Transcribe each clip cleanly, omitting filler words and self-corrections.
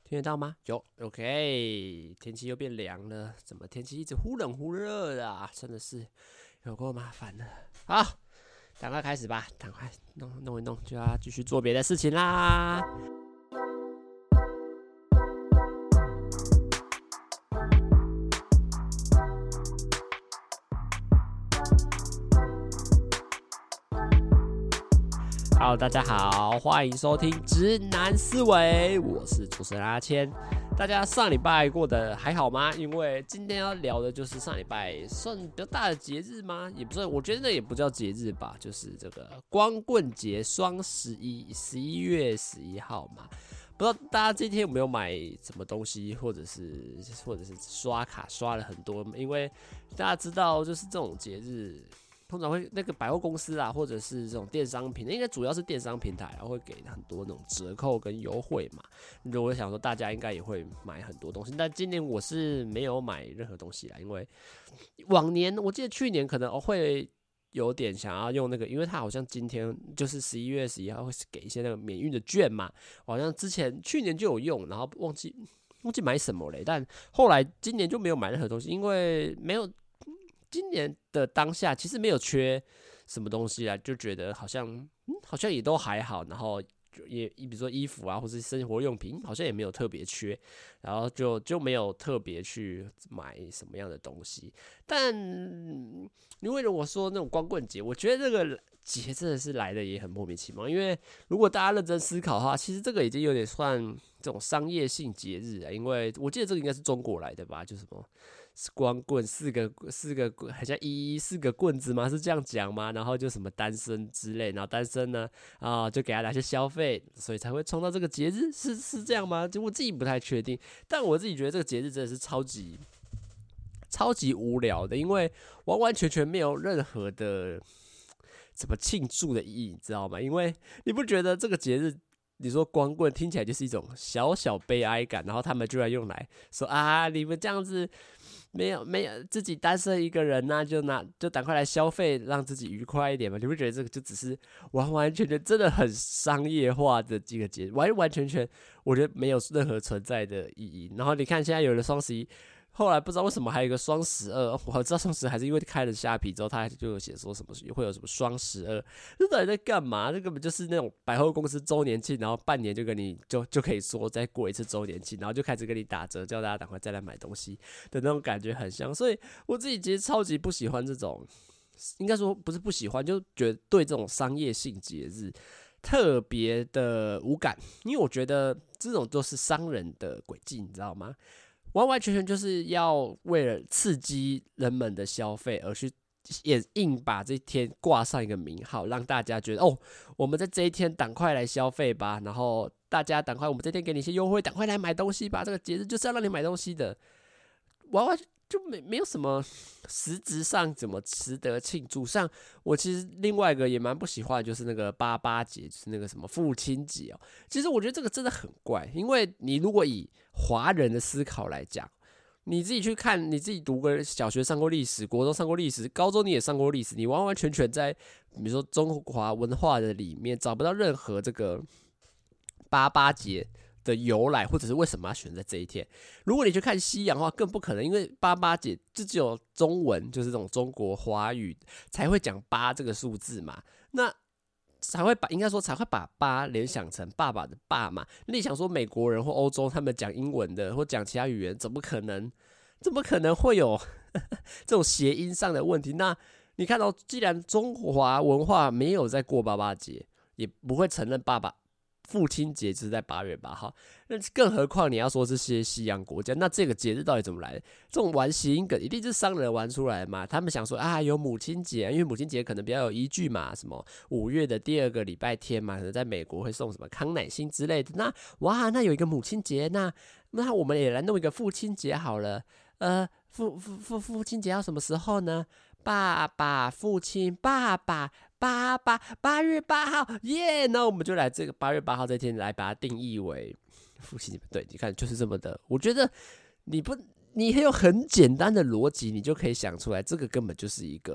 听得到吗？有 ，OK。天气又变凉了，怎么天气一直忽冷忽热的啊？真的是有够麻烦的。好，赶快开始吧，赶快弄一弄，就要继续做别的事情啦。Hello， 大家好，欢迎收听直男思维，我是主持人阿谦。大家上礼拜过得还好吗？因为今天要聊的就是上礼拜算比较大的节日吗？也不算，我觉得那也不叫节日吧，就是这个光棍节，双11 11月11号嘛。不知道大家今天有没有买什么东西，或者是刷卡刷了很多？因为大家知道，就是这种节日。通常会那个百货公司啊，或者是这种电商平台，应该主要是电商平台，然后会给很多那种折扣跟优惠嘛。我想说大家应该也会买很多东西，但今年我是没有买任何东西啦，因为往年我记得去年可能会有点想要用那个，因为他好像今天就是11月11号会给一些那个免运的券嘛，好像去年就有用，然后忘记买什么嘞，但后来今年就没有买任何东西，因为没有。今年的当下其实没有缺什么东西啦，就觉得好像也都还好，然后也比如说衣服啊，或是生活用品，好像也没有特别缺，然后就没有特别去买什么样的东西。但因为如果说那种光棍节，我觉得这个节真的是来的也很莫名其妙，因为如果大家认真思考的话，其实这个已经有点算这种商业性节日了，因为我记得这个应该是中国来的吧，就是什么。光棍四个，好像四个棍子吗？是这样讲吗？然后就什么单身之类，然后单身呢就给他拿些消费，所以才会冲到这个节日，是这样吗？就我自己不太确定，但我自己觉得这个节日真的是超级无聊的，因为完完全全没有任何的怎么庆祝的意义，你知道吗？因为你不觉得这个节日？你说光棍听起来就是一种小小悲哀感，然后他们居然用来说啊，你们这样子没有自己单身一个人呐、就赶快来消费，让自己愉快一点嘛？你不觉得这个就只是完完全全真的很商业化的这个节日，完完全全我觉得没有任何存在的意义。然后你看现在有了双11。后来不知道为什么还有一个双12，我知道双10还是因为开了虾皮之后，他就有写说什么会有什么双12，这到底在干嘛？这根本就是那种百货公司周年庆，然后半年就跟你就可以说再过一次周年庆，然后就开始跟你打折，叫大家赶快再来买东西的那种感觉很像。所以我自己其实超级不喜欢这种，应该说不是不喜欢，就觉得对这种商业性节日特别的无感，因为我觉得这种都是商人的诡计，你知道吗？完完全全就是要为了刺激人们的消费而去，也硬把这一天挂上一个名号，让大家觉得我们在这一天赶快来消费吧，然后大家赶快，我们这天给你一些优惠，赶快来买东西吧。这个节日就是要让你买东西的，完完就没有什么实质上怎么值得庆祝。像我其实另外一个也蛮不喜欢的，就是那个88节，就是那个什么父亲节哦。其实我觉得这个真的很怪，因为你如果以华人的思考来讲，你自己去看，你自己读个小学上过历史，国中上过历史，高中你也上过历史，你完完全全在比如说中华文化的里面找不到任何这个88节的由来，或者是为什么要选在这一天。如果你去看西洋的话，更不可能，因为88节就只有中文，就是这种中国华语才会讲8这个数字嘛，那应该说才会把8联想成爸爸的爸嘛。那你想说美国人或欧洲他们讲英文的或讲其他语言，怎么可能会有这种谐音上的问题？那你看到，既然中华文化没有在过88节，也不会承认父亲节就是在8月8号，那更何况你要说这些西洋国家，那这个节日到底怎么来的？这种玩谐音梗一定是商人玩出来的嘛？他们想说啊，有母亲节，因为母亲节可能比较有依据嘛，什么5月的第2个礼拜天嘛，可能在美国会送什么康乃馨之类的。那有一个母亲节，那我们也来弄一个父亲节好了。父亲节要什么时候呢？父亲，爸爸，8月8号，耶！那我们就来这个8月8号这天来把它定义为父亲节。对，你看就是这么的。我觉得你有很简单的逻辑，你就可以想出来，这个根本就是一个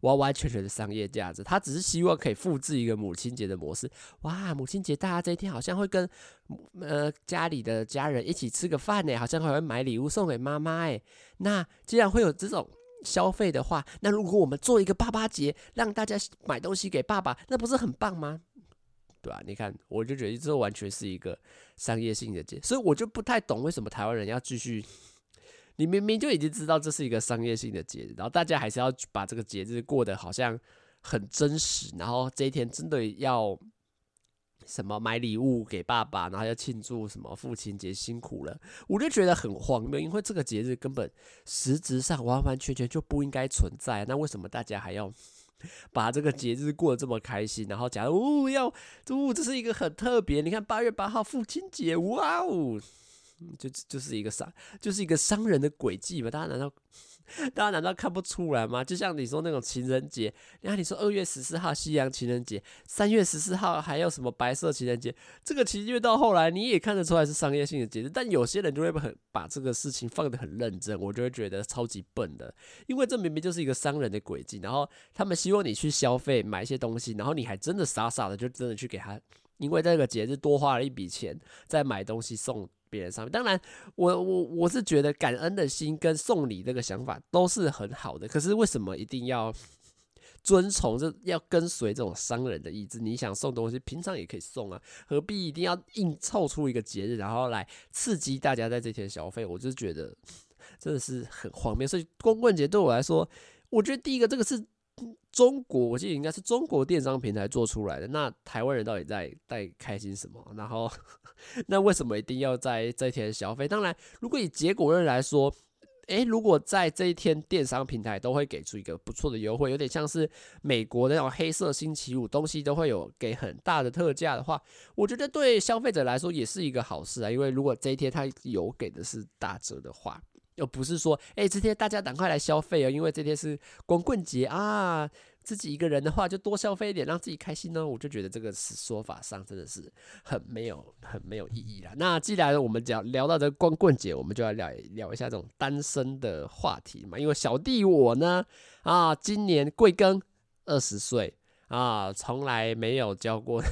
完完全全的商业价值，他只是希望可以复制一个母亲节的模式。哇，母亲节大家这一天好像会跟家里的家人一起吃个饭呢，好像还会买礼物送给妈妈哎。那既然会有这种消费的话，那如果我们做一个爸爸节，让大家买东西给爸爸，那不是很棒吗？对啊，你看，我就觉得这完全是一个商业性的节，所以我就不太懂为什么台湾人要继续。你明明就已经知道这是一个商业性的节日，然后大家还是要把这个节日过得好像很真实，然后这一天真的要什么买礼物给爸爸，然后要庆祝什么父亲节辛苦了，我就觉得很荒谬，因为这个节日根本实质上完完全全就不应该存在，那为什么大家还要把这个节日过得这么开心？然后假如这是一个很特别，你看8月8号父亲节，哇哦！就是一个商人的诡计嘛？大家难道看不出来吗？就像你说那种情人节，你说2月14号西洋情人节，3月14号还有什么白色情人节？这个其实越到后来你也看得出来是商业性的节日，但有些人就会把这个事情放得很认真，我就会觉得超级笨的，因为这明明就是一个商人的诡计，然后他们希望你去消费买一些东西，然后你还真的傻傻的就真的去给他，因为这个节日多花了一笔钱在买东西送别人上面。当然我是觉得感恩的心跟送礼这个想法都是很好的，可是为什么一定要要跟随这种商人的意志？你想送东西平常也可以送啊，何必一定要硬凑出一个节日然后来刺激大家在这天消费？我就觉得真的是很荒谬。所以光棍节对我来说，我觉得第一个这个是中国，我记得应该是中国电商平台做出来的。那台湾人到底在开心什么？然后，那为什么一定要在这一天消费？当然，如果以结果论来说，如果在这一天电商平台都会给出一个不错的优惠，有点像是美国的那种黑色星期五，东西都会有给很大的特价的话，我觉得对消费者来说也是一个好事啊。因为如果这一天他有给的是打折的话，又不是说，这天大家赶快来消费哦，因为这天是光棍节啊，自己一个人的话就多消费一点，让自己开心呢。我就觉得这个说法上真的是很没有意义啦。那既然我们聊到这个光棍节，我们就来聊一下这种单身的话题嘛。因为小弟我呢，今年贵庚20岁啊，从来没有交过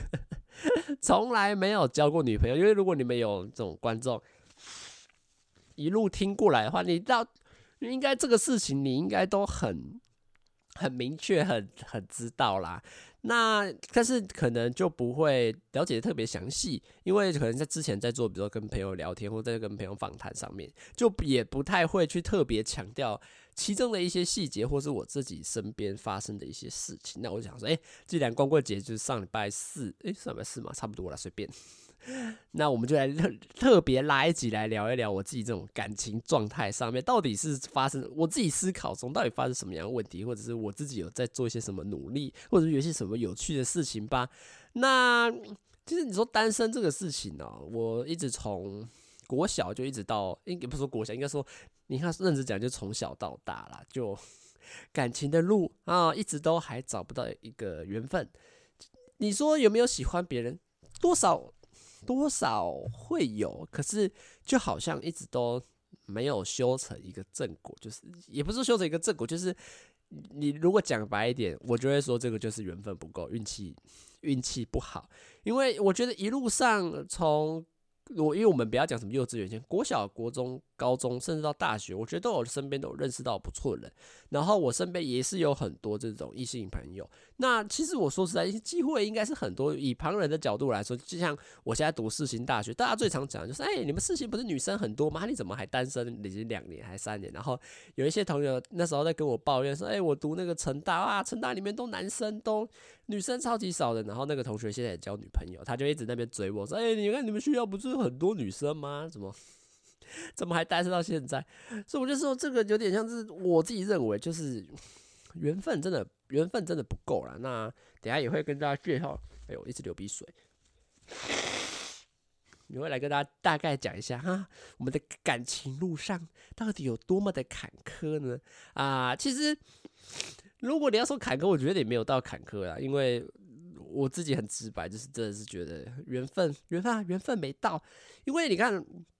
女朋友。因为如果你们有这种观众一路听过来的话，你应该这个事情你应该都很明确，很知道啦。那但是可能就不会了解的特别详细，因为可能在之前在做，比如说跟朋友聊天或在跟朋友访谈上面，就也不太会去特别强调其中的一些细节，或是我自己身边发生的一些事情。那我想说，既然光棍节就是上礼拜四嘛，差不多了，随便。那我们就来特别拉一集来聊一聊我自己这种感情状态上面到底是发生，我自己思考中到底发生什么样的问题，或者是我自己有在做一些什么努力，或者有一些什么有趣的事情吧。那其实你说单身这个事情呢，我一直从国小就一直到，也不是说国小，应该说你看认真讲就从小到大啦，就感情的路一直都还找不到一个缘分。你说有没有喜欢别人？多少会有，可是就好像一直都没有修成一个正果，就是也不是修成一个正果，就是你如果讲白一点，我就会说这个就是缘分不够，运气不好。因为我觉得一路上因为我们不要讲什么幼稚园，国小、国中、高中，甚至到大学，我觉得身边都有认识到不错的人。然后我身边也是有很多这种异性朋友。那其实我说实在，机会应该是很多。以旁人的角度来说，就像我现在读世新大学，大家最常讲的就是，你们世新不是女生很多吗？你怎么还单身已经2年还3年？然后有一些同学那时候在跟我抱怨说，我读那个成大成大里面都男生，都女生超级少的。然后那个同学现在也交女朋友，他就一直那边追我说，你看你们学校不是很多女生吗？怎么还单身到现在？所以我就说这个有点像是我自己认为就是缘分真的不够啦。那等一下也会跟大家介绍，一直流鼻水，也会来跟大家大概讲一下我们的感情路上到底有多么的坎坷呢？其实如果你要说坎坷，我觉得也没有到坎坷啦，因为我自己很直白，就是真的是觉得缘分没到。因为你看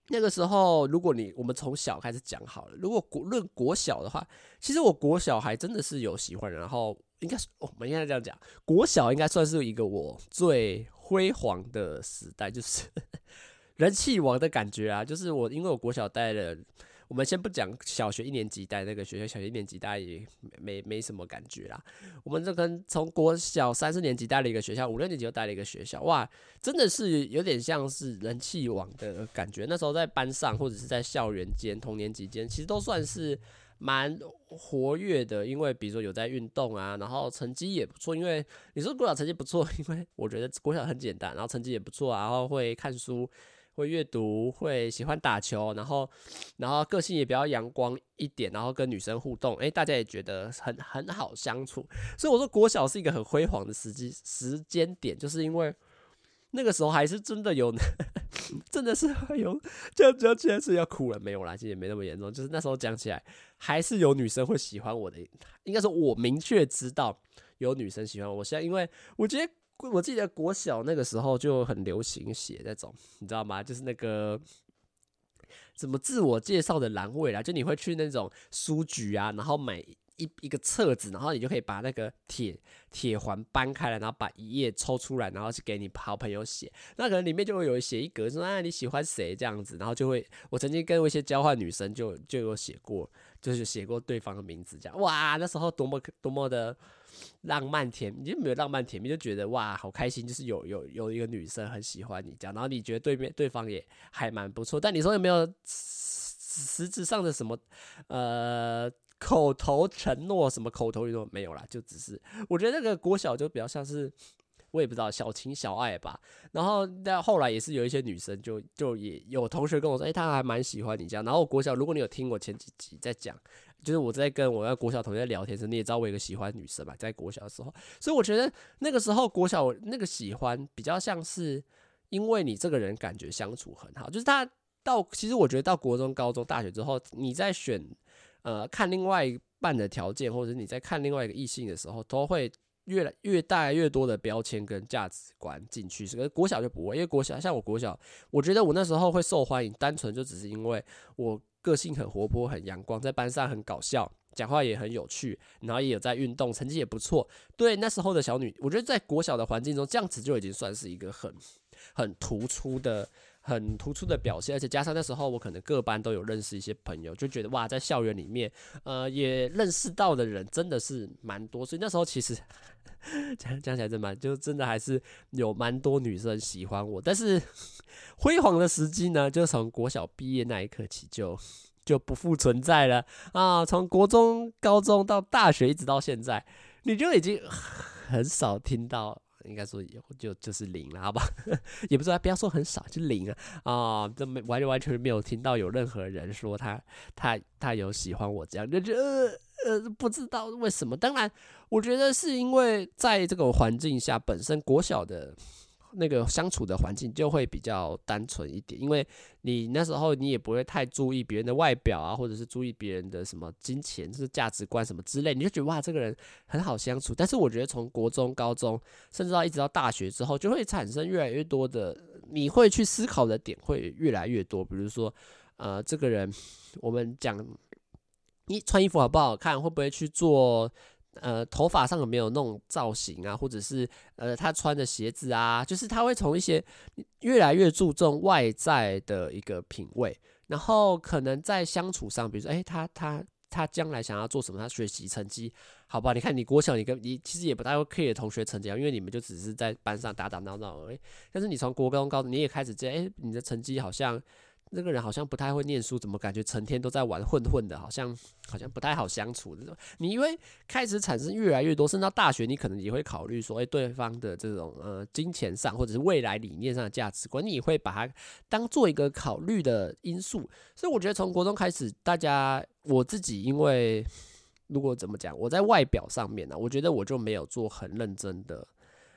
那个时候，如果我们从小开始讲好了，如果论国小的话，其实我国小还真的是有喜欢人，然后应该是我们应该这样讲，国小应该算是一个我最辉煌的时代，就是人气王的感觉啊，就是因为我国小待了。我们先不讲小学1年级待那个学校，小学1年级待也没什么感觉啦。我们这跟从国小3、4年级待了一个学校，5、6年级又待了一个学校，哇，真的是有点像是人气王的感觉。那时候在班上或者是在校园间、同年级间，其实都算是蛮活跃的，因为比如说有在运动啊，然后成绩也不错。因为你说国小成绩不错，因为我觉得国小很简单，然后成绩也不错啊，然后会看书。会阅读，会喜欢打球，然后个性也比较阳光一点，然后跟女生互动，大家也觉得很好相处。所以我说国小是一个很辉煌的时间点，就是因为那个时候还是真的有，真的是会有，这样讲起来是要哭了，没有啦，其实也没那么严重，就是那时候讲起来还是有女生会喜欢我的，应该说我明确知道有女生喜欢我。现在因为我记得国小那个时候就很流行写那种，你知道吗？就是那个怎么自我介绍的栏位啦，就你会去那种书局啊，然后买一个册子，然后你就可以把那个铁环搬开来，然后把一页抽出来，然后去给你好朋友写。那可能里面就会有写一格说你喜欢谁这样子，然后就会我曾经跟一些交换女生就有写过，就是写过对方的名字这样。哇，那时候多么的浪漫甜蜜，就没有浪漫甜蜜，就觉得哇好开心，就是有一个女生很喜欢你这样，然后你觉得对方也还蛮不错，但你说有没有实质上的什么口头承诺什么口头语都没有啦，就只是我觉得那个国小就比较像是我也不知道小情小爱吧。然后但后来也是有一些女生就也有同学跟我说，她还蛮喜欢你这样。然后国小如果你有听我前几集在讲，就是我在跟我的国小同学在聊天时，你也知道我有一个喜欢女生嘛，在国小的时候，所以我觉得那个时候国小那个喜欢比较像是因为你这个人感觉相处很好，就是其实我觉得到国中、高中、大学之后，你在选看另外一半的条件，或者是你在看另外一个异性的时候，都会越带越多的标签跟价值观进去。可是国小就不会，因为像我国小，我觉得我那时候会受欢迎，单纯就只是因为我个性很活泼、很阳光，在班上很搞笑，讲话也很有趣，然后也有在运动，成绩也不错。对那时候的小女，我觉得在国小的环境中，这样子就已经算是一个很突出的表现，而且加上那时候我可能各班都有认识一些朋友，就觉得哇，在校园里面，也认识到的人真的是蛮多，所以那时候其实讲起来真的还是有蛮多女生喜欢我，但是辉煌的时机呢，就从国小毕业那一刻起就不复存在了啊！从国中、高中到大学，一直到现在，你就已经很少听到。应该说就是零了，好吧？也不是，不要说很少，就零啊！这完全没有听到有任何人说他有喜欢我这样，就觉得不知道为什么。当然，我觉得是因为在这个环境下，本身国小的那个相处的环境就会比较单纯一点，因为你那时候你也不会太注意别人的外表啊，或者是注意别人的什么金钱、是价值观什么之类，你就觉得哇这个人很好相处。但是我觉得从国中、高中，甚至到一直到大学之后，就会产生越来越多的，你会去思考的点会越来越多。比如说，这个人我们讲你穿衣服好不好看，会不会去做。头发上有没有那种造型啊，或者是他穿的鞋子啊，就是他会从一些越来越注重外在的一个品味，然后可能在相处上，比如说，他将来想要做什么，他学习成绩，好吧？你看你国小，你其实也不太会 care 同学成绩，因为你们就只是在班上打打闹闹而已。但是你从国高中，你也开始知道，你的成绩好像。那个人好像不太会念书，怎么感觉成天都在玩混的，好像不太好相处。你因为开始产生越来越多，甚至到大学，你可能也会考虑说，对方的这种金钱上或者是未来理念上的价值观，你也会把它当做一个考虑的因素。所以我觉得从国中开始，我自己因为如果怎么讲，我在外表上面呢，我觉得我就没有做很认真的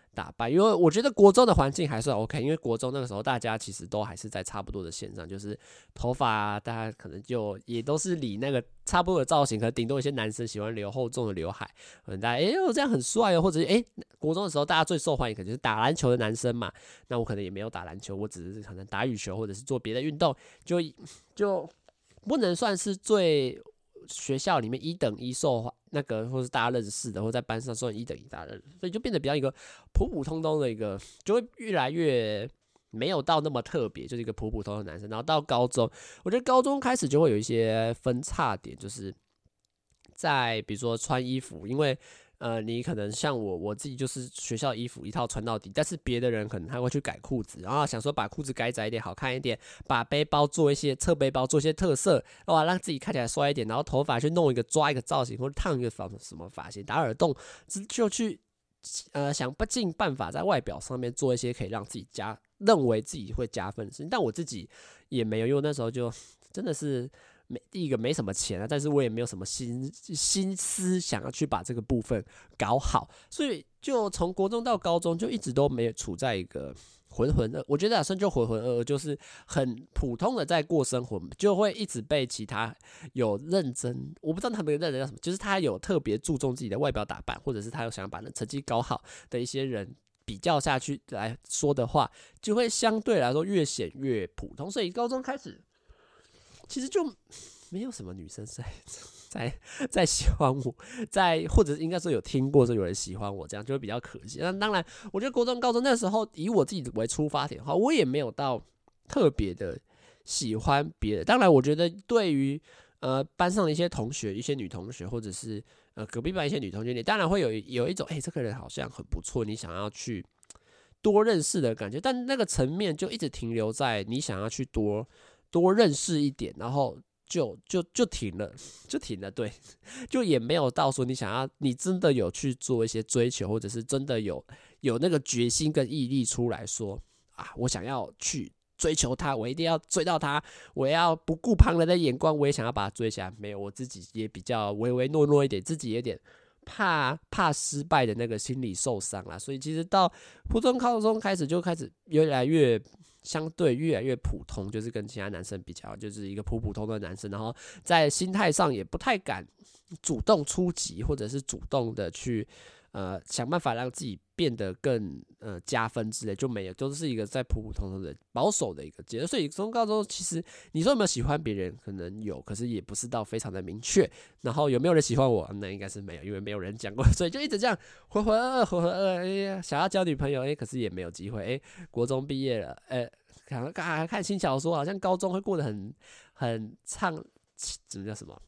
打扮，因为我觉得国中的环境还算 OK，因为国中那个时候大家其实都还是在差不多的线上，就是头发大家可能就也都是理那个差不多的造型，可能顶多一些男生喜欢留厚重的刘海，可能大家这样很帅哦，或者是国中的时候大家最受欢迎可能就是打篮球的男生嘛，那我可能也没有打篮球，我只是可能打羽球或者是做别的运动，就不能算是最学校里面一等一受那个，或是大家认识的，或在班上算一等一大人，所以就变得比较一个普普通通的一个，就会越来越没有到那么特别，就是一个普普通通的男生。然后到高中，我觉得高中开始就会有一些分叉点，就是在比如说穿衣服，因为你可能像我自己就是学校衣服一套穿到底，但是别的人可能他会去改裤子，然后想说把裤子改窄一点，好看一点，把背包做一些侧背包做一些特色，哇，让自己看起来帅一点，然后头发去弄一个抓一个造型，或者烫一个什么发型，打耳洞，就去想不尽办法在外表上面做一些可以让自己认为自己会加分的事情，但我自己也没有，因为那时候就真的是。第一个没什么钱啊，但是我也没有什么心思想要去把这个部分搞好，所以就从国中到高中就一直都没有处在一个浑浑噩，我觉得打算就浑浑噩噩，就是很普通的在过生活，就会一直被其他有认真，我不知道他们认真叫什么，就是他有特别注重自己的外表打扮，或者是他有想要把成绩搞好的一些人。比较下去来说的话，就会相对来说越显越普通，所以高中开始。其实就没有什么女生在喜欢我，或者应该说有听过说有人喜欢我，这样就会比较可惜。那当然，我觉得国中、高中那时候以我自己为出发点的话，我也没有到特别的喜欢别人。当然，我觉得对于班上的一些同学、一些女同学，或者是隔壁班一些女同学，你当然会有一种这个人好像很不错，你想要去多认识的感觉，但那个层面就一直停留在你想要去多认识一点，然后就停了，对，就也没有到说你真的有去做一些追求，或者是真的有那个决心跟毅力出来说啊，我想要去追求他，我一定要追到他，我要不顾旁人的眼光，我也想要把他追起来。没有，我自己也比较唯唯诺诺一点，自己有点怕失败的那个心理受伤啦，所以其实到初中、高中开始相对越来越普通，就是跟其他男生比较，就是一个普普通的男生，然后在心态上也不太敢主动出击，或者是主动的去想办法让自己变得更加分之类，就没有，都是一个在普普通通的保守的一个阶段。所以中高中其实你说有没有喜欢别人，可能有，可是也不是到非常的明确。然后有没有人喜欢我，那应该是没有，因为没有人讲过，所以就一直这样浑浑噩噩，想要交女朋友，可是也没有机会。国中毕业了，看轻小说，好像高中会过得很怎么叫什么？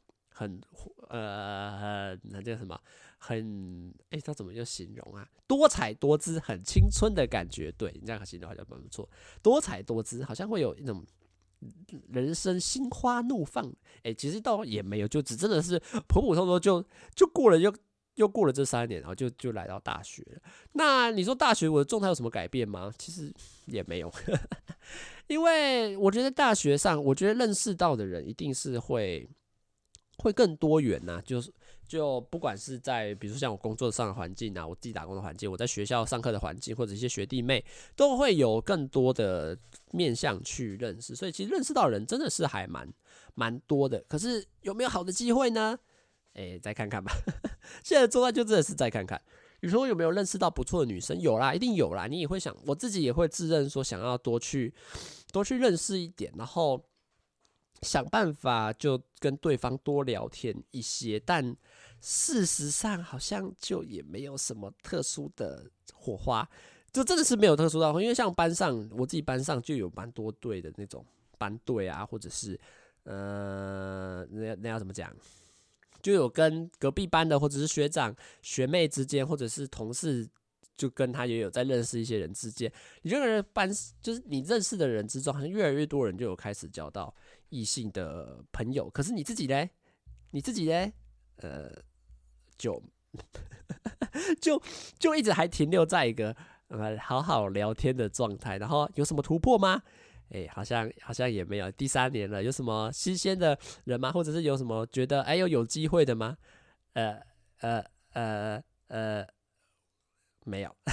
那叫什么？他怎么就形容啊？多彩多姿，很青春的感觉。对，你这样形容好像蛮不错。多彩多姿，好像会有一种人生心花怒放。其实倒也没有，就真的是普普通通就过了，又过了这3年，然后就来到大学了。那你说大学我的状态有什么改变吗？其实也没有，因为我觉得大学上，我觉得认识到的人一定是会更多元呐，就不管是在比如说像我工作上的环境啊，我自己打工的环境，我在学校上课的环境，或者一些学弟妹，都会有更多的面向去认识，所以其实认识到的人真的是还蛮多的。可是有没有好的机会呢？再看看吧。现在的状态就真的是再看看。你说有没有认识到不错的女生？有啦，一定有啦。你也会想，我自己也会自认说想要多去认识一点，然后想办法就跟对方多聊天一些，但事实上好像就也没有什么特殊的火花，就真的是没有特殊的火花。因为像班上，我自己班上就有蛮多队的那种班队啊，或者是那要怎么讲？就有跟隔壁班的，或者是学长学妹之间，或者是同事，就跟他也有在认识一些人之间，你这个人班就是你认识的人之中，好像越来越多人就有开始交到异性的朋友。可是你自己嘞，就就一直还停留在一个好好聊天的状态，然后有什么突破吗？好像也没有。第3年了，有什么新鲜的人吗？或者是有什么觉得有机会的吗？呃呃呃呃， 没有，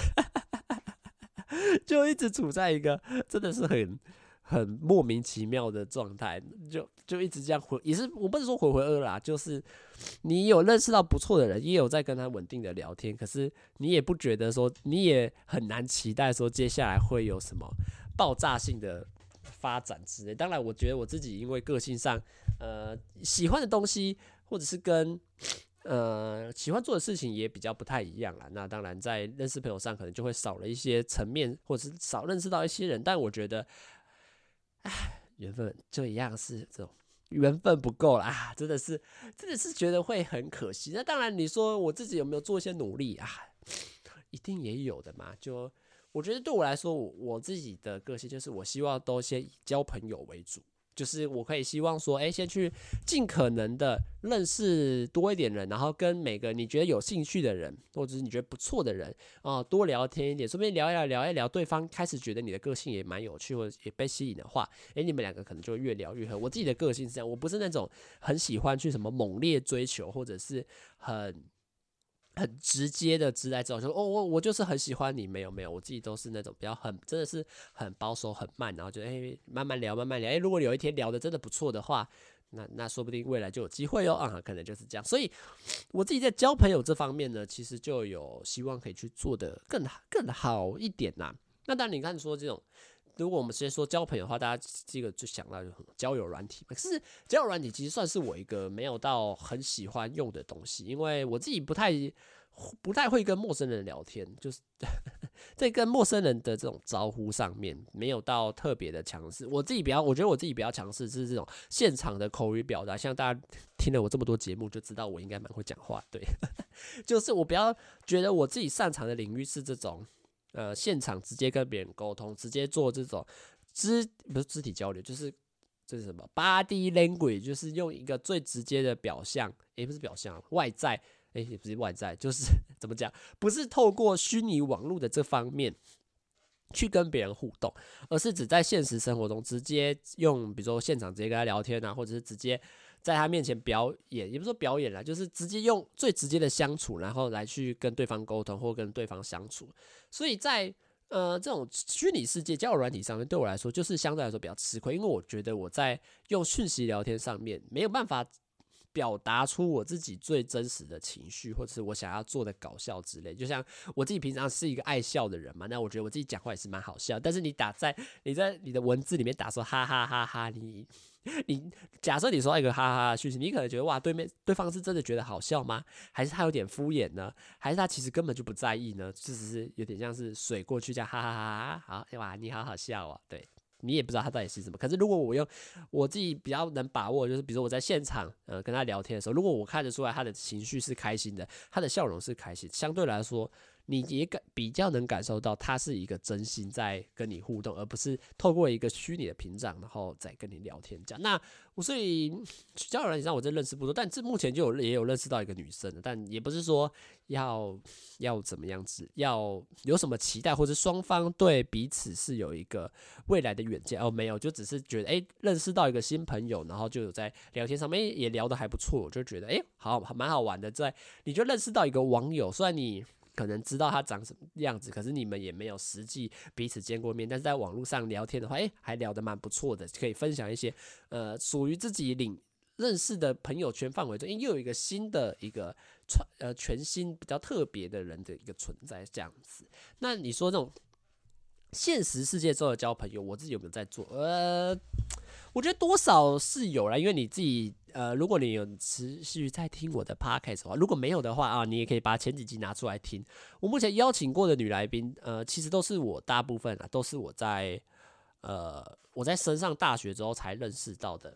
就一直处在一个真的是很莫名其妙的状态，就一直这样也是我不是说浑浑噩啦，就是你有认识到不错的人，也有在跟他稳定的聊天，可是你也不觉得说，你也很难期待说接下来会有什么爆炸性的发展之类。当然，我觉得我自己因为个性上，喜欢的东西或者是跟喜欢做的事情也比较不太一样啦。那当然，在认识朋友上可能就会少了一些层面，或者是少认识到一些人。但我觉得，缘分就一样是这种缘分不够啦，真的是觉得会很可惜。那当然，你说我自己有没有做一些努力啊？一定也有的嘛。就我觉得对我来说，我自己的个性就是我希望都先以交朋友为主。就是我可以希望说，先去尽可能的认识多一点人，然后跟每个你觉得有兴趣的人，或者是你觉得不错的人多聊天一点，说不定聊一聊，对方开始觉得你的个性也蛮有趣，或者也被吸引的话，你们两个可能就越聊越合。我自己的个性是这样，我不是那种很喜欢去什么猛烈追求，或者是很直接的直来直往，说我就是很喜欢你，没有，我自己都是那种比较真的是很保守很慢，然后就慢慢聊，如果有一天聊的真的不错的话，那说不定未来就有机会可能就是这样。所以我自己在交朋友这方面呢，其实就有希望可以去做的更好一点啦。那当然你看说这种，如果我们直接说交朋友的话，大家这个就想到交友软体，可是交友软体其实算是我一个没有到很喜欢用的东西，因为我自己不太会跟陌生人聊天，就是在跟陌生人的这种招呼上面没有到特别的强势。我觉得我自己比较强势是这种现场的口语表达，像大家听了我这么多节目就知道我应该蛮会讲话，对，就是我比较觉得我自己擅长的领域是这种现场直接跟别人沟通，直接做这种不是肢体交流，就是这是什么 body language， 就是用一个最直接的表象，不是表象，外在。也不是外在，就是怎么讲，不是透过虚拟网络的这方面去跟别人互动，而是只在现实生活中直接用，比如说现场直接跟他聊天啊，或者是直接在他面前表演，也不是说表演啦，就是直接用最直接的相处，然后来去跟对方沟通或跟对方相处。所以在这种虚拟世界交友软体上面，对我来说就是相对来说比较吃亏，因为我觉得我在用讯息聊天上面没有办法表达出我自己最真实的情绪，或者是我想要做的搞笑之类。就像我自己平常是一个爱笑的人嘛，那我觉得我自己讲话也是蛮好笑。但是你在你的文字里面打说哈哈哈哈，你假设你收到一个哈哈的讯息，你可能觉得哇，对方是真的觉得好笑吗？还是他有点敷衍呢？还是他其实根本就不在意呢？就只是有点像是水过去这样哈哈哈哈，好哇，你好好笑哦，对。你也不知道他到底是什么，可是如果我用我自己比较能把握，就是比如说我在现场跟他聊天的时候，如果我看得出来他的情绪是开心的，他的笑容是开心，相对来说你也比较能感受到他是一个真心在跟你互动，而不是透过一个虚拟的屏障然后再跟你聊天这样。那所以交友软件上我真认识不多，但目前也有认识到一个女生的，但也不是说要怎么样子，要有什么期待，或者双方对彼此是有一个未来的远见没有，就只是觉得认识到一个新朋友，然后就有在聊天上面也聊得还不错，我就觉得蛮好玩的。你就认识到一个网友，虽然你可能知道他长什么样子，可是你们也没有实际彼此见过面，但是在网络上聊天的话，还聊得蛮不错的，可以分享一些属于自己认识的朋友圈范围中，又有一个新的一个全新比较特别的人的一个存在这样子。那你说这种现实世界中的交朋友，我自己有没有在做？我觉得多少是有啦，因为你自己如果你有持续在听我的 podcast 的话，如果没有的话你也可以把前几集拿出来听。我目前邀请过的女来宾，其实都是我大部分都是我在升上大学之后才认识到的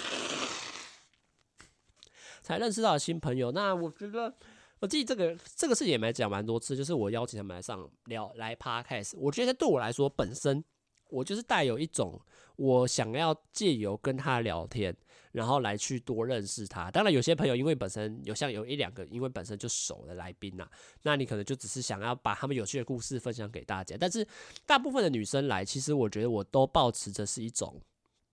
新朋友。那我觉得我自己这个事情也讲蛮多次，就是我邀请他们来 podcast， 我觉得对我来说本身我就是带有一种我想要借由跟他聊天，然后来去多认识他。当然有些朋友因为本身有一两个因为本身就熟的来宾那你可能就只是想要把他们有趣的故事分享给大家。但是大部分的女生来，其实我觉得我都抱持着是一种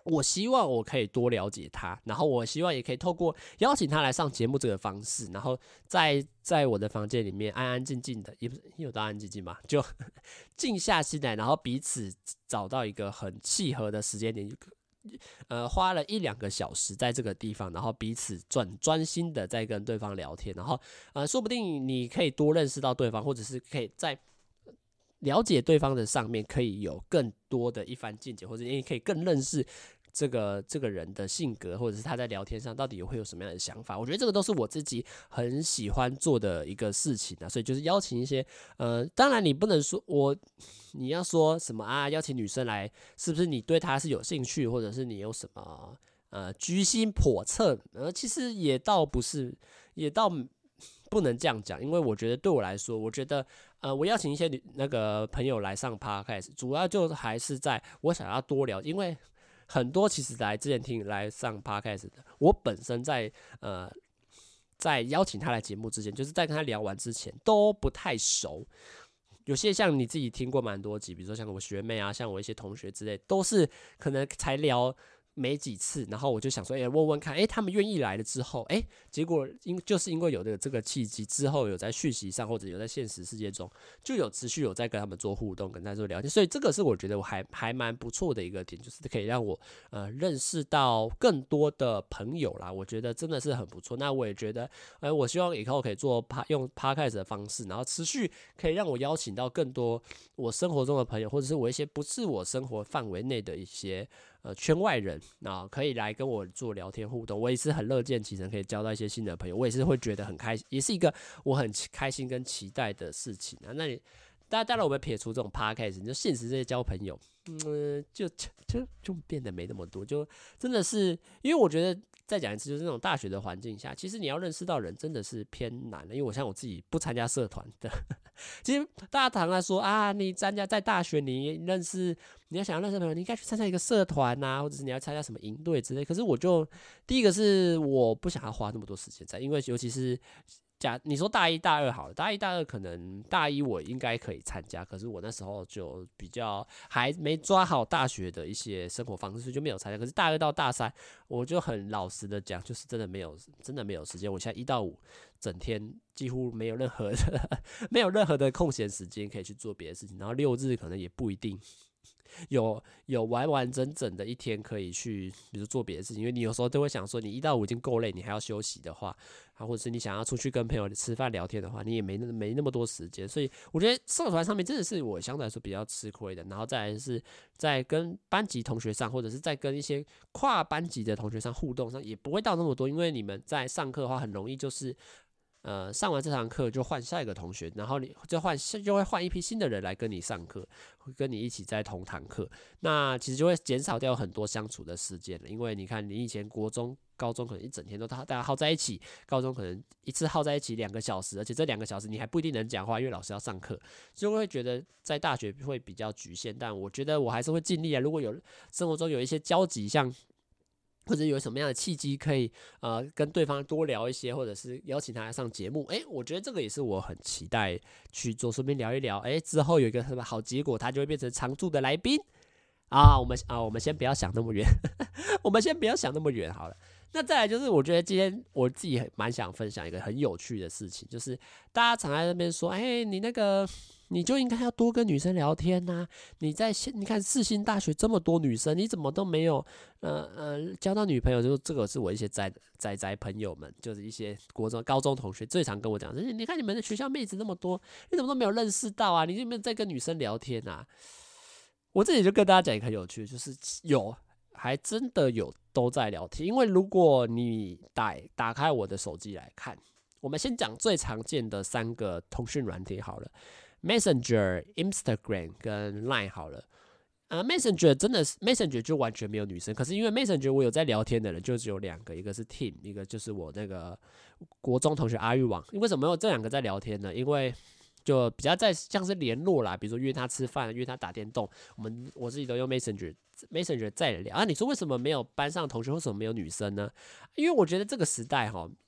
我希望我可以多了解他，然后我希望也可以透过邀请他来上节目这个方式，然后在我的房间里面安安静静的，也不是有到安安静静嘛，就静下心来，然后彼此找到一个很契合的时间点。花了1-2个小时在这个地方，然后彼此专心的在跟对方聊天，然后说不定你可以多认识到对方，或者是可以在了解对方的上面可以有更多的一番见解，或者你可以更认识这个人的性格，或者是他在聊天上到底会有什么样的想法。我觉得这个都是我自己很喜欢做的一个事情啊，所以就是邀请一些当然你不能说你要说什么啊，邀请女生来，是不是你对她是有兴趣，或者是你有什么居心叵测？其实也倒不是，也倒不能这样讲，因为我觉得对我来说，我觉得我邀请一些那个朋友来上 podcast， 主要就还是在我想要多聊，因为很多其实之前听来上 podcast 的，我本身在邀请他来节目之前，就是在跟他聊完之前都不太熟。有些像你自己听过蛮多集，比如说像我学妹啊，像我一些同学之类，都是可能才聊没几次，然后我就想说，问问看，他们愿意来了之后，结果就是因为有这个契机，之后有在讯息上或者有在现实世界中，就有持续有在跟他们做互动，跟他做聊天，所以这个是我觉得我还蛮不错的一个点，就是可以让我认识到更多的朋友啦，我觉得真的是很不错。那我也觉得，我希望以后可以用 podcast 的方式，然后持续可以让我邀请到更多我生活中的朋友，或者是我一些不是我生活范围内的一些圈外人可以来跟我做聊天互动，我也是很乐见其成，可以交到一些新的朋友，我也是会觉得很开心，也是一个我很开心跟期待的事情啊。那你当然我们撇除这种 podcast， 你就现实这些交朋友，就变得没那么多，就真的是因为我觉得再讲一次，就是那种大学的环境下，其实你要认识到人真的是偏难的，因为我自己不参加社团的。其实大家常常说啊，你参加在大学，你要想要认识朋友，你应该去参加一个社团啊，或者是你要参加什么营队之类。可是第一个是我不想要花那么多时间在，因为尤其是你说大一大二好了，大一大二可能大一我应该可以参加，可是我那时候就比较还没抓好大学的一些生活方式，所以就没有参加。可是大二到大三，我就很老实的讲，就是真的没有时间。我现在1到5整天几乎没有任何的空闲时间可以去做别的事情，然后6日可能也不一定有完完整整的一天可以去，比如做别的事情，因为你有时候都会想说，你1到5已经够累，你还要休息的话，或者是你想要出去跟朋友吃饭聊天的话，你也没那么多时间，所以我觉得社团上面真的是我相对来说比较吃亏的。然后再来是在跟班级同学上，或者是在跟一些跨班级的同学上互动上，也不会到那么多，因为你们在上课的话，很容易就是上完这堂课就换下一个同学，然后你就会换一批新的人来跟你上课，会跟你一起在同堂课，那其实就会减少掉很多相处的时间了。因为你看，你以前国中、高中可能一整天都大家耗在一起，高中可能一次耗在一起2个小时，而且这2个小时你还不一定能讲话，因为老师要上课，就会觉得在大学会比较局限。但我觉得我还是会尽力啊，如果有生活中有一些交集，像或者有什么样的契机可以跟对方多聊一些，或者是邀请他来上节目，我觉得这个也是我很期待去做，顺便聊一聊，之后有一个什么好结果，他就会变成常驻的来宾啊。我们先不要想那么远，我们先不要想那么远好了。那再来就是，我觉得今天我自己蛮想分享一个很有趣的事情，就是大家常在那边说，你就应该要多跟女生聊天呐、你看世新大学这么多女生，你怎么都没有交到女朋友？就是这个是我一些宅朋友们，就是一些国中、高中同学最常跟我讲，就是你看你们的学校妹子那么多，你怎么都没有认识到啊？你有没有在跟女生聊天啊？我这里就跟大家讲一个很有趣的，就是还真的有都在聊天。因为如果你打开我的手机来看，我们先讲最常见的3个通讯软体好了。Messenger、Instagram 跟 Line 好了，Messenger 真的是 Messenger 就完全没有女生，可是因为 Messenger 我有在聊天的人就只有2个，一个是 Tim， 一个就是我那个国中同学阿玉王。为什么有这2个在聊天呢？因为就比较像是联络啦，比如说约他吃饭、约他打电动，我自己都用 Messenger 在聊啊。你说为什么没有班上同学，为什么没有女生呢？因为我觉得这个时代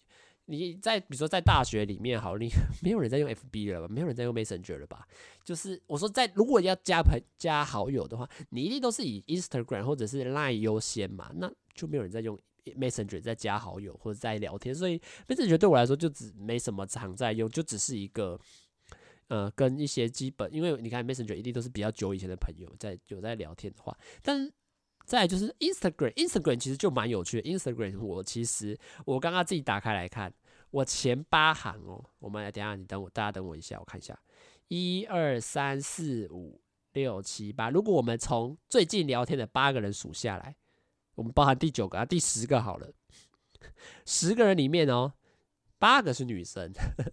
你在比如说在大学里面好，你没有人在用 FB 了吧？没有人在用 Messenger 了吧？就是我说如果要加好友的话，你一定都是以 Instagram 或者是 Line 优先嘛，那就没有人在用 Messenger 在加好友或者在聊天，所以 Messenger 对我来说就没什么常在用，就只是一个跟一些基本，因为你看 Messenger 一定都是比较久以前的朋友有在聊天的话，但是再来就是 Instagram 其实就蛮有趣的。Instagram 我刚刚自己打开来看，我前8行哦，我们来等一下，大家等我一下，我看一下，1、2、3、4、5、6、7、8。如果我们从最近聊天的8个人数下来，我们包含第9个第10个好了，10个人里面哦，8个是女生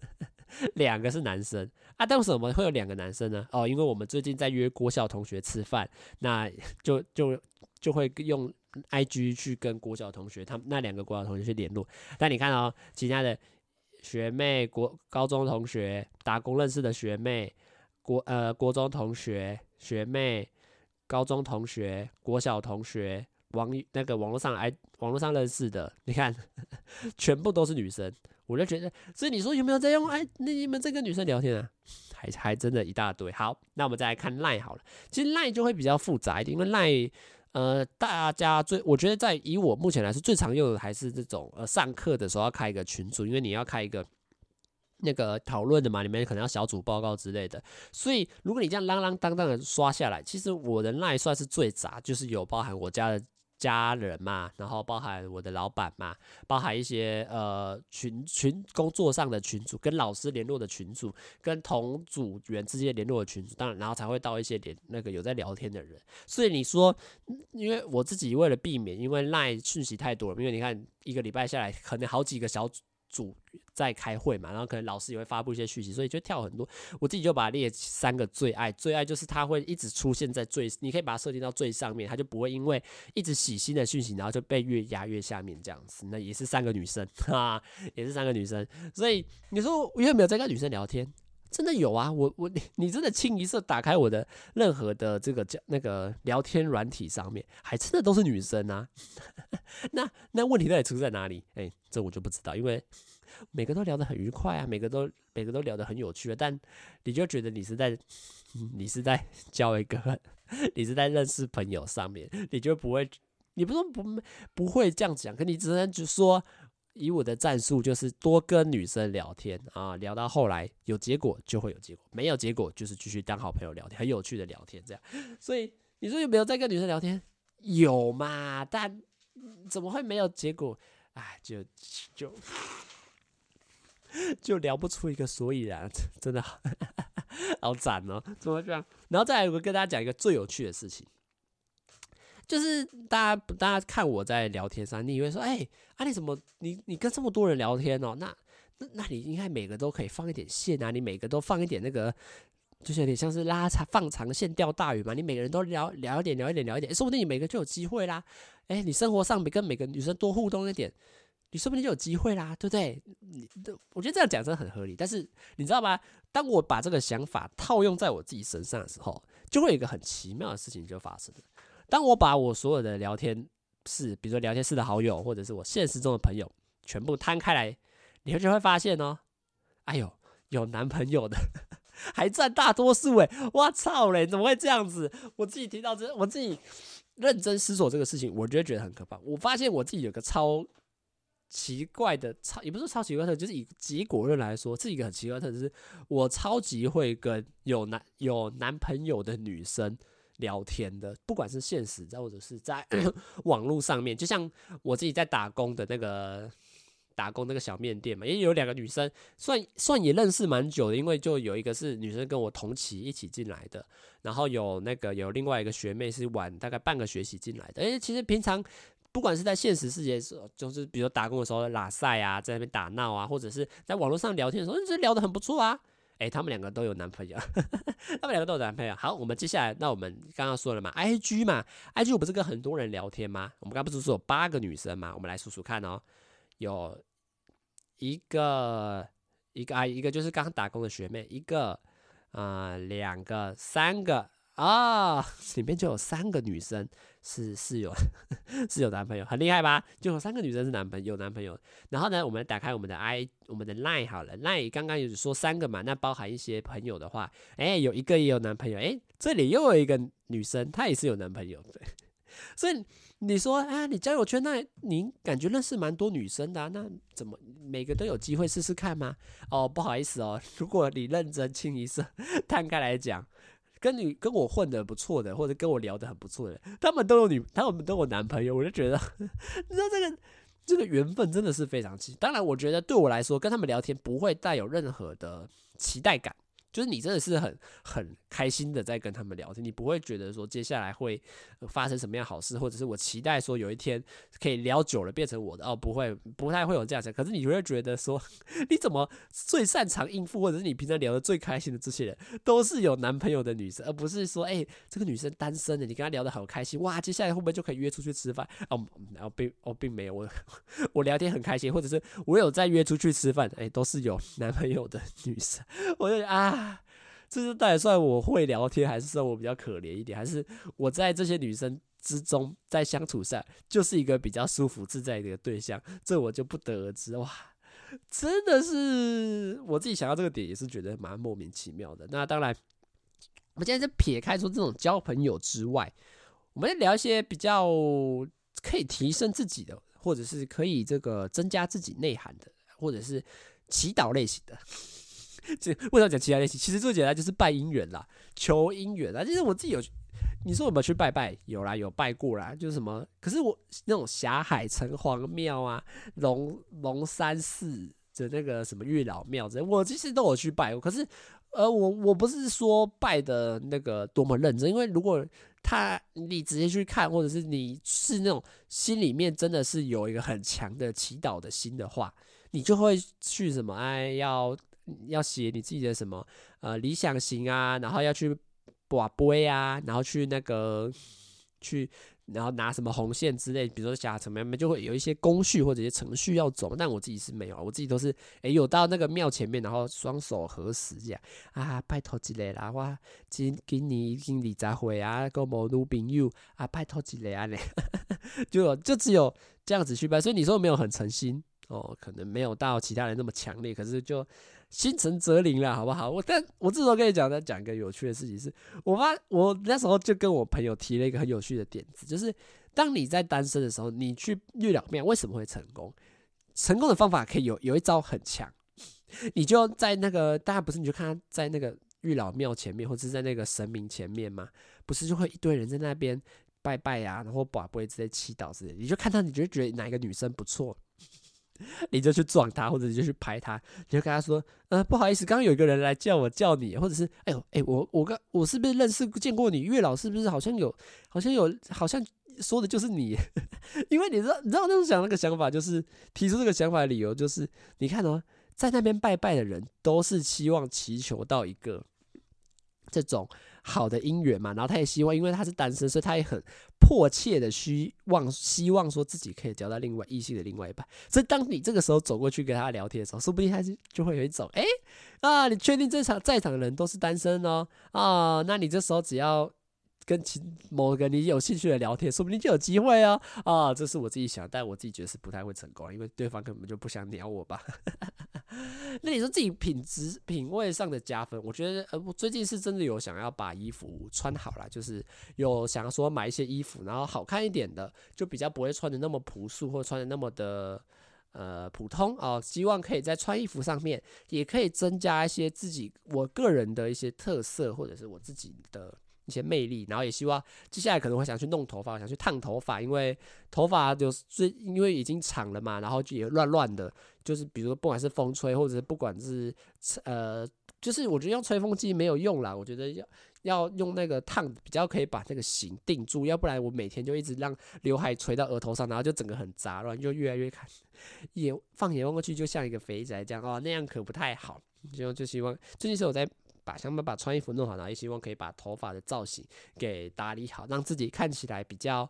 ，2个是男生啊。但为什么会有2个男生呢？哦，因为我们最近在约国小同学吃饭，那就会用 IG 去跟国小同学，他们那2个国小同学去联络。但你看哦，其他的学妹、高中同学、打工认识的学妹、国中同学、学妹、高中同学、国小同学、网络上认识的，你看全部都是女生。我就觉得，所以你说有没有在用？那你们在跟女生聊天啊？还真的一大堆。好，那我们再来看 Line 好了。其实 Line 就会比较复杂一点，因为 Line大家我觉得以我目前来说最常用的还是这种上课的时候要开一个群组，因为你要开一个那个讨论的嘛，你们可能要小组报告之类的。所以如果你这样啷啷当当的刷下来，其实我的 Line 算是最杂，就是有包含我家人嘛，然后包含我的老板嘛，包含一些工作上的群组，跟老师联络的群组，跟同组员之间联络的群组，当然然后才会到一些有在聊天的人。所以你说，因为我自己为了避免，因为 LINE 讯息太多了，因为你看一个礼拜下来，可能好几个小组在开会嘛，然后可能老师也会发布一些讯息，所以就跳很多。我自己就把它列3个最爱就是它会一直出现在你可以把它设定到最上面，它就不会因为一直洗新的讯息，然后就被越压越下面这样子。那也是3个女生，哈，也是3个女生。所以你说我有没有在跟女生聊天？真的有啊，你真的清一色打开我的任何的这个聊天软体上面，还真的都是女生啊。那问题到底出在哪里？这我就不知道，因为每个都聊得很愉快啊，每个都聊得很有趣啊，但你就觉得你是在交一个，你是在认识朋友上面，你就不会，你不会这样讲，可你只能就说。以我的战术就是多跟女生聊天啊，聊到后来有结果就会有结果，没有结果就是继续当好朋友聊天，很有趣的聊天这样。所以你说有没有在跟女生聊天？有嘛，但怎么会没有结果？就聊不出一个所以然，真的好惨哦，怎么会这样？然后再来，我跟大家讲一个最有趣的事情。就是大家看我在聊天上，你以为说，你怎么你跟这么多人聊天哦？那你应该每个都可以放一点线啊，你每个都放一点就是有点像是放长线钓大鱼嘛。你每个人都聊一点，说不定你每个就有机会啦。你生活上跟每个女生多互动一点，你说不定就有机会啦，对不对？我觉得这样讲真的很合理。但是你知道吗？当我把这个想法套用在我自己身上的时候，就会有一个很奇妙的事情就发生了。当我把我所有的聊天室，比如说聊天室的好友，或者是我现实中的朋友，全部摊开来，你就会发现哦，有男朋友的还占大多数哎！我操嘞，怎么会这样子？我自己听到我自己认真思索这个事情，我就觉得很可怕。我发现我自己有个超奇怪的，也不是超奇怪的，就是以结果论来说，是一个很奇怪的，就是我超级会跟有男朋友的女生聊天的，不管是现实或者是在网络上面，就像我自己在打工那个小面店嘛，也有2个女生，算也认识蛮久的，因为就有一个是女生跟我同期一起进来的，然后有另外一个学妹是晚大概半个学期进来的。其实平常不管是在现实世界，就是比如打工的时候拉赛啊，在那边打闹啊，或者是在网络上聊天的时候，就聊得很不错啊。他们2个都有男朋友，他们2个都有男朋友。好，我们接下来，那我们刚刚说了嘛 ，IG 嘛 ，IG 我不是跟很多人聊天吗？我们刚刚不是说有8个女生吗？我们来数数看哦，有一个就是刚刚打工的学妹，1个2个3个啊，里面就有3个女生是有是有男朋友，很厉害吧？就有3个女生是有男朋友。然后呢，我们打开我们的 Line 好了，Line 刚刚有说3个嘛，那包含一些朋友的话，有一个也有男朋友，这里又有一个女生，她也是有男朋友，对。所以你说啊，你交友圈那你感觉认识蛮多女生的啊，那怎么每个都有机会试试看吗？哦，不好意思哦，如果你认真清一色摊开来讲，跟我混的不错的，或者跟我聊得很不错的，他们都有男朋友，我就觉得，你知道这个缘分真的是非常奇。当然，我觉得对我来说，跟他们聊天不会带有任何的期待感。就是你真的是很开心的在跟他们聊天，你不会觉得说接下来会发生什么样好事，或者是我期待说有一天可以聊久了变成我的不太会有这样想。可是你会觉得说，你怎么最擅长应付，或者是你平常聊得最开心的这些人，都是有男朋友的女生，而不是说这个女生单身的，你跟她聊得好开心，哇，接下来会不会就可以约出去吃饭？并没有，我聊天很开心，或者是我有在约出去吃饭，都是有男朋友的女生，我就觉得这是到底算我会聊天，还是算我比较可怜一点，还是我在这些女生之中在相处上就是一个比较舒服自在的一个对象，这我就不得而知。哇，真的是我自己想到这个点也是觉得蛮莫名其妙的。那当然，我们现在就撇开说这种交朋友之外，我们来聊一些比较可以提升自己的，或者是可以这个增加自己内涵的，或者是祈祷类型的。为什么讲其他类型？其实最简单就是拜姻缘啦，求姻缘啦。其实我自己你说有没有去拜拜？有啦，有拜过啦。就是什么？可是我那种霞海城隍庙啊，龙山寺的那个什么月老庙之类，我其实都有去拜过。可是我不是说拜的那个多么认真，因为如果你直接去看，或者是你是那种心里面真的是有一个很强的祈祷的心的话，你就会去什么要写你自己的什么理想型啊，然后要去跋杯啊，然后然后拿什么红线之类，比如说下层面就会有一些工序或者一些程序要走，但我自己是没有，我自己都是有到那个庙前面，然后双手合十这样拜托一个啦，我今年已经20岁啊，跟无女朋友拜托一个啊就只有这样子去拜，所以你说没有很诚心可能没有到其他人那么强烈，可是就心诚则灵啦，好不好？但我这时候跟你讲一个有趣的事情是，我那时候就跟我朋友提了一个很有趣的点子，就是当你在单身的时候，你去月老庙为什么会成功？成功的方法可以有一招很强，你就在那个大家不是你就看他在那个月老庙前面，或者是在那个神明前面嘛，不是就会一堆人在那边拜拜啊，然后跋杯之类祈祷之类的，你就看他，你就觉得哪一个女生不错。你就去撞他，或者你就去拍他，你就跟他说，不好意思，刚刚有一个人来叫你，或者是，我是不是见过你？月老是不是好像说的就是你？因为你知道那种那个想法，就是提出这个想法的理由，就是你看在那边拜拜的人都是希望祈求到一个这种好的姻缘嘛，然后他也希望，因为他是单身，所以他也很迫切的希望说自己可以交到异性的另外一半。所以当你这个时候走过去跟他聊天的时候，说不定他就会有一种你确定在场的人都是单身哦那你这时候只要跟某个你有兴趣的聊天，说不定就有机会哦这是我自己想，但我自己觉得是不太会成功，因为对方根本就不想鸟我吧。那你说自己品味上的加分，我觉得我最近是真的有想要把衣服穿好啦，就是有想要说买一些衣服，然后好看一点的，就比较不会穿的那么朴素，或穿的那么的普通希望可以在穿衣服上面也可以增加一些我个人的一些特色，或者是我自己的一些魅力，然后也希望接下来可能会想去弄头发，想去烫头发，因为头发因为已经长了嘛，然后就也乱乱的，就是比如说不管是风吹，或者是不管是就是我觉得用吹风机没有用啦，我觉得要用那个烫比较可以把那个型定住，要不然我每天就一直让刘海垂到额头上，然后就整个很杂乱，就越来越看放眼望过去就像一个肥宅这样那样可不太好，就希望最近是有在想办法把穿衣服弄好，然后也希望可以把头发的造型给打理好，让自己看起来比较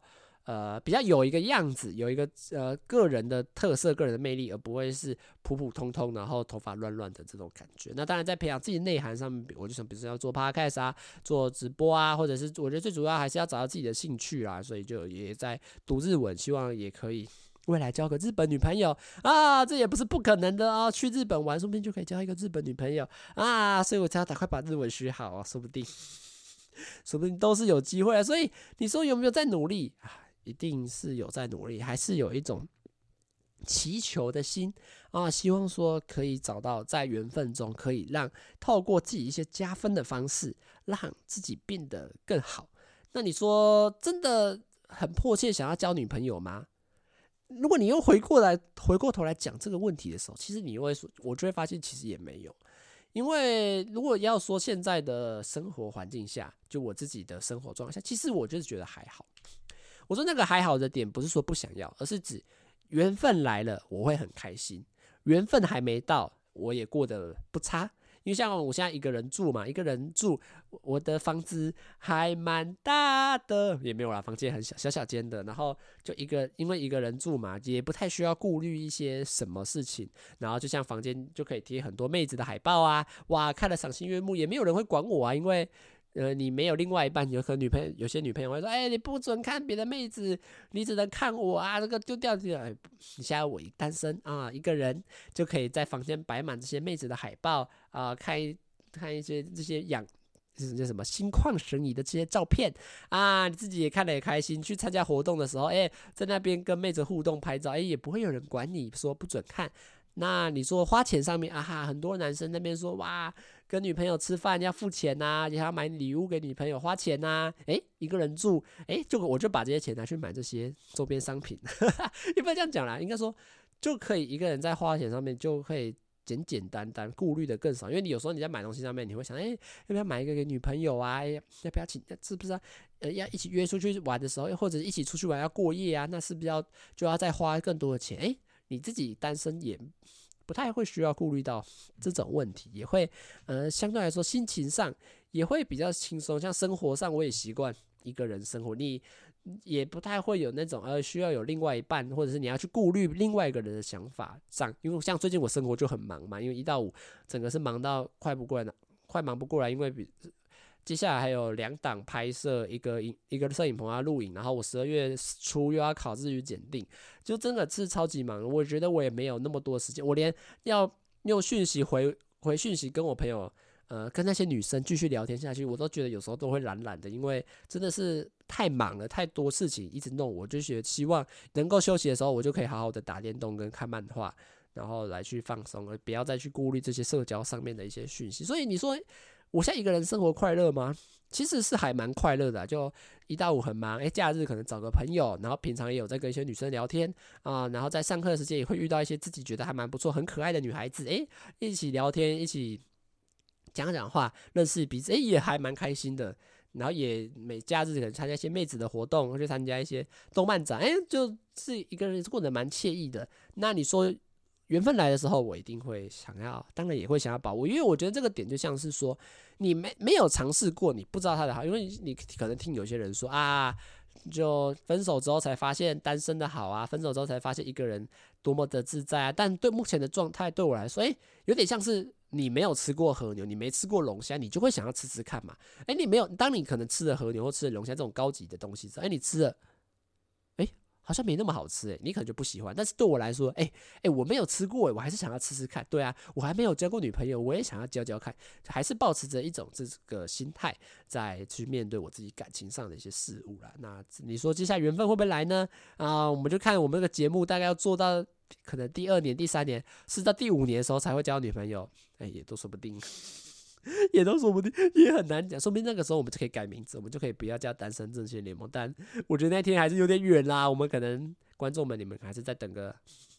比较有一个样子，有一个个人的特色、个人的魅力，而不会是普普通通，然后头发乱乱的这种感觉。那当然，在培养自己内涵上面，我就想，比如说要做 podcast 啊，做直播啊，或者是我觉得最主要还是要找到自己的兴趣啦，所以就也在读日文，希望也可以未来交个日本女朋友啊，这也不是不可能的哦。去日本玩，说不定就可以交一个日本女朋友啊，所以我才要赶快把日文学好啊，说不定都是有机会的。所以你说有没有在努力啊？一定是有在努力，还是有一种祈求的心啊，希望说可以找到在缘分中可以让透过自己一些加分的方式，让自己变得更好。那你说真的很迫切想要交女朋友吗？如果你又回过头来讲这个问题的时候，其实你会说，我就会发现其实也没有。因为如果要说现在的生活环境下，就我自己的生活状况下，其实我就是觉得还好。我说那个还好的点，不是说不想要，而是指缘分来了，我会很开心；缘分还没到，我也过得不差。因为像我现在一个人住嘛，一个人住，我的房子还蛮大的，也没有啦，房间很小小间的，然后就因为一个人住嘛，也不太需要顾虑一些什么事情，然后就像房间就可以贴很多妹子的海报啊，哇，看了赏心悦目，也没有人会管我啊，因为你没有另外一半，有些女朋友会说，你不准看别的妹子，你只能看我啊，这个丢掉掉。你现在我单身啊，一个人就可以在房间摆满这些妹子的海报啊，看一些这些这什么心旷神怡的这些照片啊，你自己也看得也开心。去参加活动的时候，在那边跟妹子互动拍照，也不会有人管你说不准看。那你说花钱上面啊哈，很多男生那边说哇，跟女朋友吃饭要付钱呐，也要买礼物给女朋友花钱呐，一个人住，我就把这些钱拿去买这些周边商品，也不要这样讲啦，应该说就可以一个人在花钱上面就可以简单，顾虑的更少，因为你有时候你在买东西上面，你会想，要不要买一个给女朋友啊？要不要请？是不是啊？要一起约出去玩的时候，或者一起出去玩要过夜啊？那是不是就要再花更多的钱？你自己单身也不太会需要顾虑到这种问题，也会相对来说心情上也会比较轻松。像生活上我也习惯一个人生活，你也不太会有那种需要有另外一半，或者是你要去顾虑另外一个人的想法上。因为像最近我生活就很忙嘛，因为1到5整个是忙到快忙不过来，因为接下来还有2档拍摄，一个摄影棚要录影，然后我12月初又要考日语检定，就真的是超级忙。我觉得我也没有那么多时间，我连要用讯息回讯息跟我朋友跟那些女生继续聊天下去，我都觉得有时候都会懒的，因为真的是太忙了，太多事情一直弄，我就觉得希望能够休息的时候，我就可以好好的打电动跟看漫画，然后来去放松，而不要再去顾虑这些社交上面的一些讯息。所以你说我现在一个人生活快乐吗？其实是还蛮快乐的就1到5很忙，假日可能找个朋友，然后平常也有在跟一些女生聊天啊，然后在上课的时间也会遇到一些自己觉得还蛮不错、很可爱的女孩子，一起聊天，一起讲话，认识彼此，也还蛮开心的。然后也每假日可能参加一些妹子的活动，或者参加一些动漫展，就是一个人过得蛮惬意的。那你说缘分来的时候，我一定会想要，当然也会想要把握，因为我觉得这个点就像是说，你没有尝试过，你不知道他的好，因为你可能听有些人说啊，就分手之后才发现单身的好啊，分手之后才发现一个人多么的自在啊。但对目前的状态，对我来说，有点像是你没有吃过和牛，你没吃过龙虾，你就会想要吃吃看嘛。你没有，当你可能吃了和牛或吃了龙虾这种高级的东西之后，你吃了。好像没那么好吃你可能就不喜欢。但是对我来说，我没有吃过我还是想要吃吃看。对啊，我还没有交过女朋友，我也想要交看，还是抱持着一种这个心态，再去面对我自己感情上的一些事物啦。那你说接下来缘分会不会来呢？我们就看我们这个节目大概要做到可能第2年、第3年，是到第5年的时候才会交女朋友，也都说不定。也都说不定，也很难讲。说不定那个时候我们就可以改名字，我们就可以不要叫单身阵线联盟。但我觉得那天还是有点远啦。我们可能观众们，你们还是再等个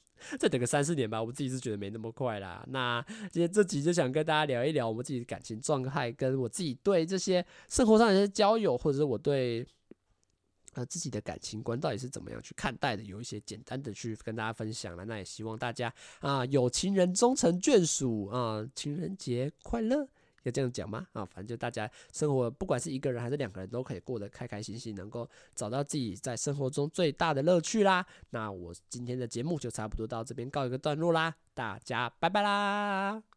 3-4年吧。我自己是觉得没那么快啦。那今天这集就想跟大家聊一聊我们自己的感情状态，跟我自己对这些生活上的一些交友，或者是我对自己的感情观到底是怎么样去看待的，有一些简单的去跟大家分享了。那也希望大家有情人终成眷属情人节快乐。 要这样讲吗？反正就大家生活，不管是一个人还是两个人，都可以过得开开心心，能够找到自己在生活中最大的乐趣啦。那我今天的节目就差不多到这边告一个段落啦，大家拜拜啦。